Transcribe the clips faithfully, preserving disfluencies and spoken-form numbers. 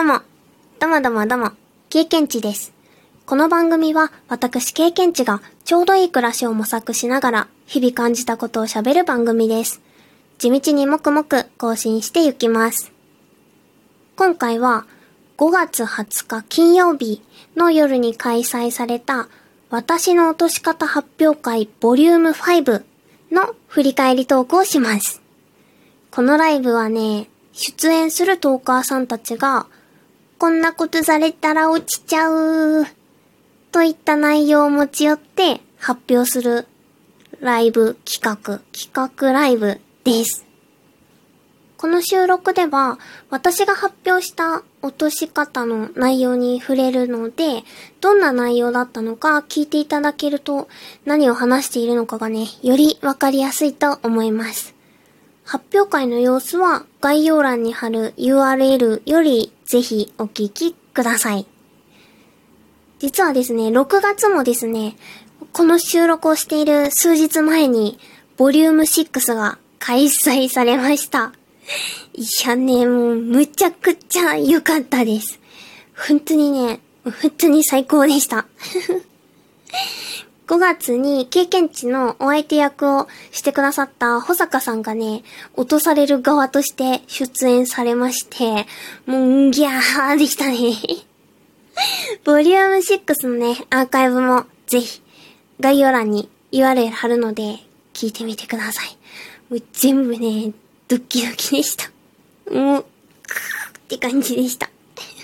どうも、どうもどうもどうも、経験値です。この番組は私経験値がちょうどいい暮らしを模索しながら日々感じたことを喋る番組です。地道にもくもく更新していきます。今回はごがつはつか金曜日の夜に開催された私の落とし方発表会ボリュームごの振り返りトークをします。このライブはね、出演するトーカーさんたちがこんなことされたら落ちちゃうといった内容を持ち寄って発表するライブ企画、企画ライブです。この収録では私が発表した落とし方の内容に触れるので、どんな内容だったのか聞いていただけると何を話しているのかがね、よりわかりやすいと思います。発表会の様子は概要欄に貼る ユーアールエル よりぜひお聞きください。実はですね、ろくがつもですね、この収録をしている数日前にボリュームろくが開催されました。いやね、もうむちゃくちゃ良かったです。本当にね、本当に最高でした。ごがつに経験値のお相手役をしてくださった保坂さんがね、落とされる側として出演されまして、もうギャーでしたね。ボリュームろくのね、アーカイブもぜひ概要欄に ユーアールエル 貼るので聞いてみてください。もう全部ね、ドキドキでした。もう、クーって感じでした。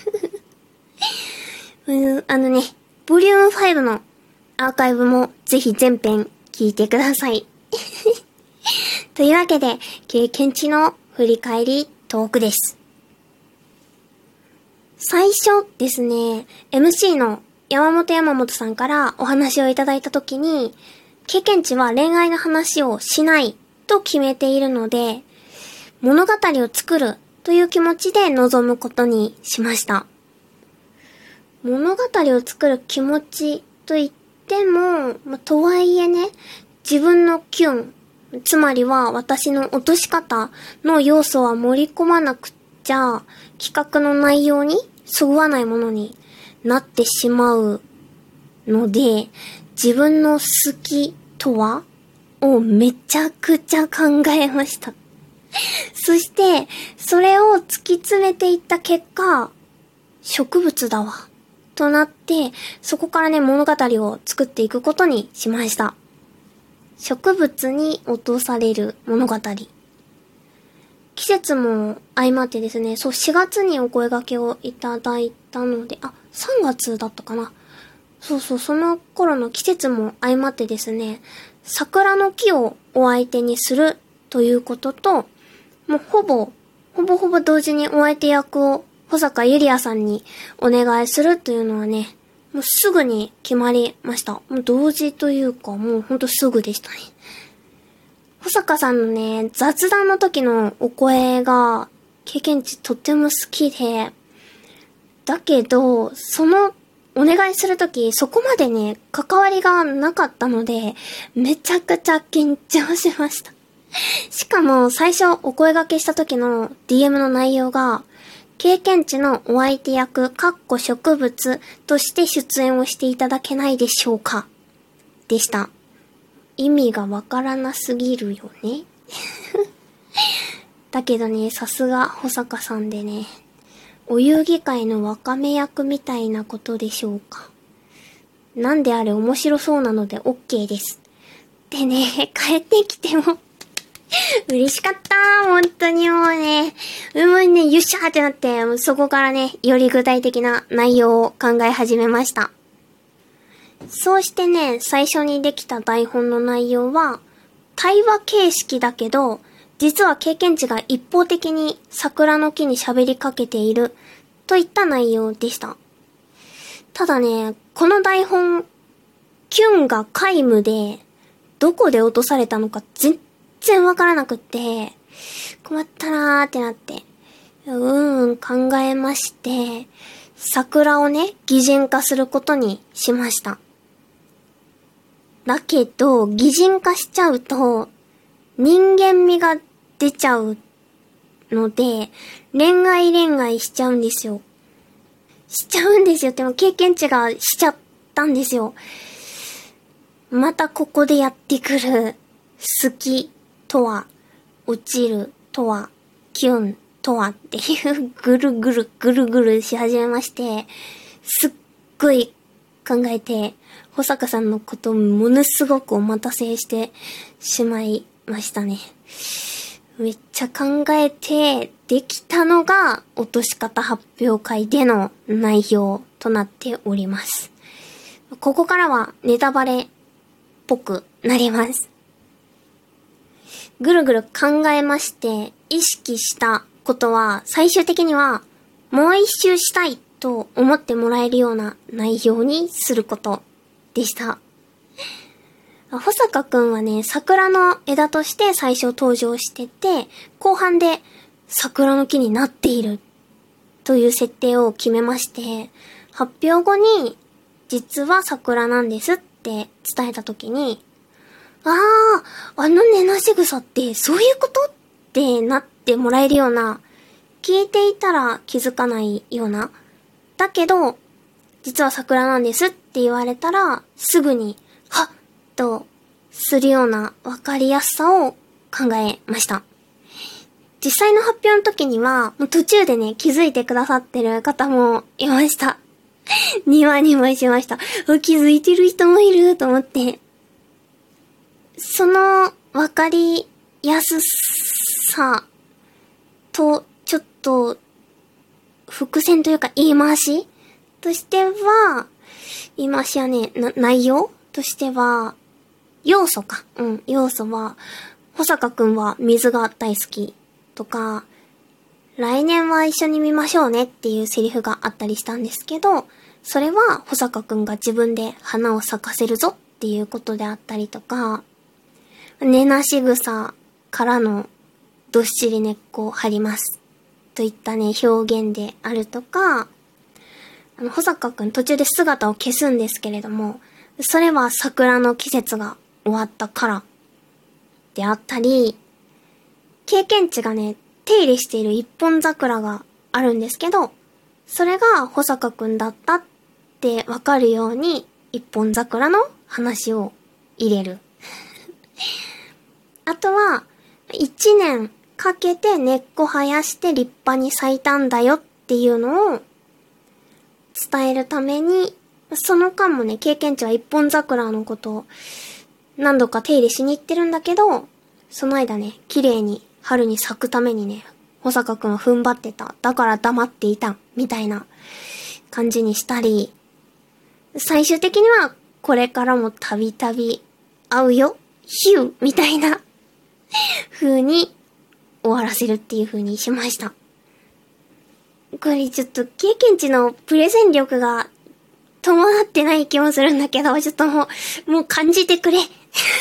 あのね、ボリュームごのアーカイブもぜひ全編聞いてください。というわけで、経験値の振り返りトークです。最初ですね、エムシー の山本山本さんからお話をいただいたときに、経験値は恋愛の話をしないと決めているので、物語を作るという気持ちで臨むことにしました。物語を作る気持ちと言っても、まあ、とはいえね、自分のキュン、つまりは私の落とし方の要素は盛り込まなくちゃ、企画の内容にそぐわないものになってしまうので、自分の好きとはをめちゃくちゃ考えました。そして、それを突き詰めていった結果、植物だわ。となって、そこからね、物語を作っていくことにしました。植物に落とされる物語。季節も相まってですね、そう、しがつにお声掛けをいただいたので、あ、さんがつだったかな。そうそう、その頃の季節も相まってですね、桜の木をお相手にするということと、もうほぼ、ほぼほぼ同時にお相手役を保坂ゆりやさんにお願いするというのはね、もうすぐに決まりました。もう同時というか、もうほんとすぐでしたね。保坂さんのね、雑談の時のお声が経験値とっても好きで、だけど、そのお願いする時、そこまでね、関わりがなかったので、めちゃくちゃ緊張しました。しかも最初お声掛けした時の ディーエム の内容が、経験値のお相手役、かっこ植物として出演をしていただけないでしょうかでした。意味がわからなすぎるよね。だけどね、さすが保坂さんでね、お遊戯会のわかめ役みたいなことでしょうか。なんであれ面白そうなので OK です。でね、帰ってきても嬉しかったー。本当にもうね。もうね、よっしゃーってなって、そこからね、より具体的な内容を考え始めました。そうしてね、最初にできた台本の内容は、対話形式だけど、実は経験値が一方的に桜の木に喋りかけている、といった内容でした。ただね、この台本、キュンが皆無で、どこで落とされたのか全全然わからなくって、困ったなーってなって、うんうん考えまして、桜をね、擬人化することにしました。だけど、擬人化しちゃうと、人間味が出ちゃうので、恋愛恋愛しちゃうんですよ。 しちゃうんですよ。でも経験値がしちゃったんですよ。またここでやってくる、好きとは、落ちるとは、キュンとはっていうぐるぐるぐるぐるし始めまして、すっごい考えて、保坂さんのことをものすごくお待たせしてしまいましたね。めっちゃ考えてできたのが落とし方発表会での内容となっております。ここからはネタバレっぽくなります。ぐるぐる考えまして意識したことは最終的にはもう一周したいと思ってもらえるような内容にすることでした。保坂くんはね、桜の枝として最初登場してて、後半で桜の木になっているという設定を決めまして、発表後に実は桜なんですって伝えたときに、ああ、あの根なし草ってそういうことってなってもらえるような、聞いていたら気づかないような、だけど、実は桜なんですって言われたら、すぐに、はっと、するような分かりやすさを考えました。実際の発表の時には、もう途中でね、気づいてくださってる方もいました。にわにもしました。気づいてる人もいると思って。その分かりやすさと、ちょっと、伏線というか言い回しとしては、言い回しはね、な、内容としては、要素か。うん、要素は、保坂くんは水が大好きとか、来年は一緒に見ましょうねっていうセリフがあったりしたんですけど、それは保坂くんが自分で花を咲かせるぞっていうことであったりとか、根なし草からのどっしり根っこを張りますといったね、表現であるとか、あの、保坂くん途中で姿を消すんですけれども、それは桜の季節が終わったからであったり、経験値がね、手入れしている一本桜があるんですけど、それが保坂くんだったってわかるように、一本桜の話を入れる。あとは、一年かけて根っこ生やして立派に咲いたんだよっていうのを伝えるために、その間もね、経験値は一本桜のことを何度か手入れしに行ってるんだけど、その間ね、綺麗に春に咲くためにね、保坂くんは踏ん張ってた。だから黙っていた。みたいな感じにしたり、最終的にはこれからもたびたび会うよ、ヒューみたいな風に終わらせるっていう風にしました。これちょっと経験値のプレゼン力が伴ってない気もするんだけど、ちょっともう、もう感じてくれ。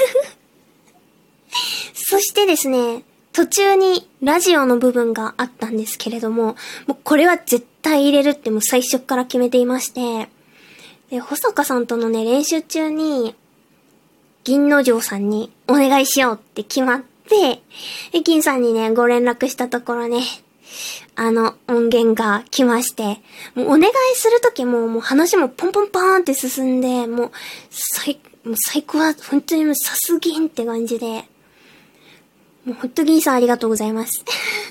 そしてですね、途中にラジオの部分があったんですけれども、もうこれは絶対入れるってもう最初から決めていまして、で、保坂さんとのね、練習中に、銀之丞さんにお願いしようって決まって、で、銀さんにね、ご連絡したところね、あの音源が来まして、もうお願いするときも、もう話もポンポンパーンって進んで、もう、最、もう最高は、本当にもうさすぎんって感じで、もうほんと銀さんありがとうございます。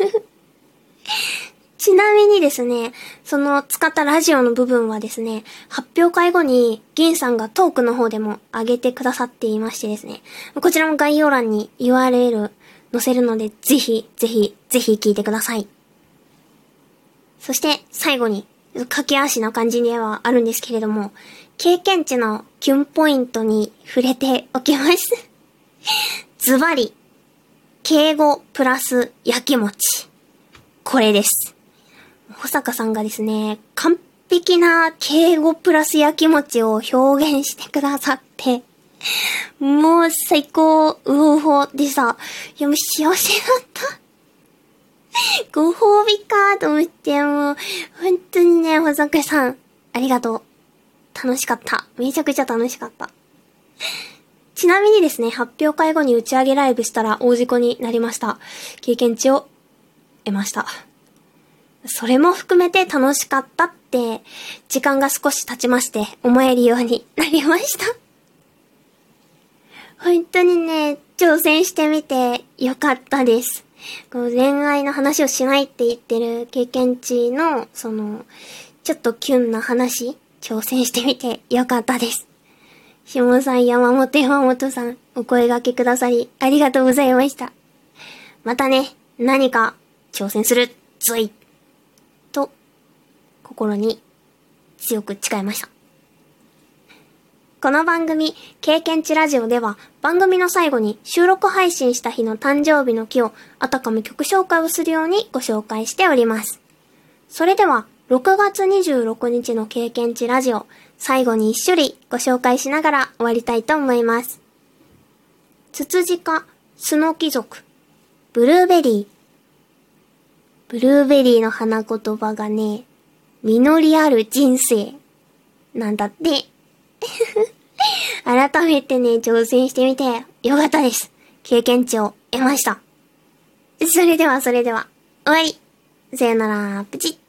ちなみにですね、その使ったラジオの部分はですね、発表会後に銀さんがトークの方でも上げてくださっていましてですね、こちらも概要欄に ユーアールエル 載せるので、ぜひ、ぜひ、ぜひ聞いてください。そして最後に、駆け足な感じではあるんですけれども、経験値のキュンポイントに触れておきます。ズバリ、敬語プラス焼き餅。これです。保坂さんがですね、完璧な敬語プラス焼き餅を表現してくださって、もう最高、うおほでさ、いやもう幸せだった。ご褒美かと思って、もう、本当にね、保坂さん、ありがとう。楽しかった。めちゃくちゃ楽しかった。ちなみにですね、発表会後に打ち上げライブしたら大事故になりました。経験値を得ました。それも含めて楽しかったっって時間が少し経ちまして思えるようになりました。本当にね、挑戦してみてよかったです。こう恋愛の話をしないって言ってる経験値のそのちょっとキュンな話挑戦してみてよかったです。しもさん、山本山本さん、お声掛けくださりありがとうございました。またね、何か挑戦するぞいと心に強く誓いました。この番組経験値ラジオでは番組の最後に収録配信した日の誕生日の日をあたかも曲紹介をするようにご紹介しております。それではろくがつにじゅうろくにちの経験値ラジオ、最後に一種類ご紹介しながら終わりたいと思います。ツツジ科スノキ属ブルーベリー。ブルーベリーの花言葉がね、実りある人生なんだって。改めてね、挑戦してみてよかったです。経験値を得ました。それではそれでは、終わり。さよなら、プチッ。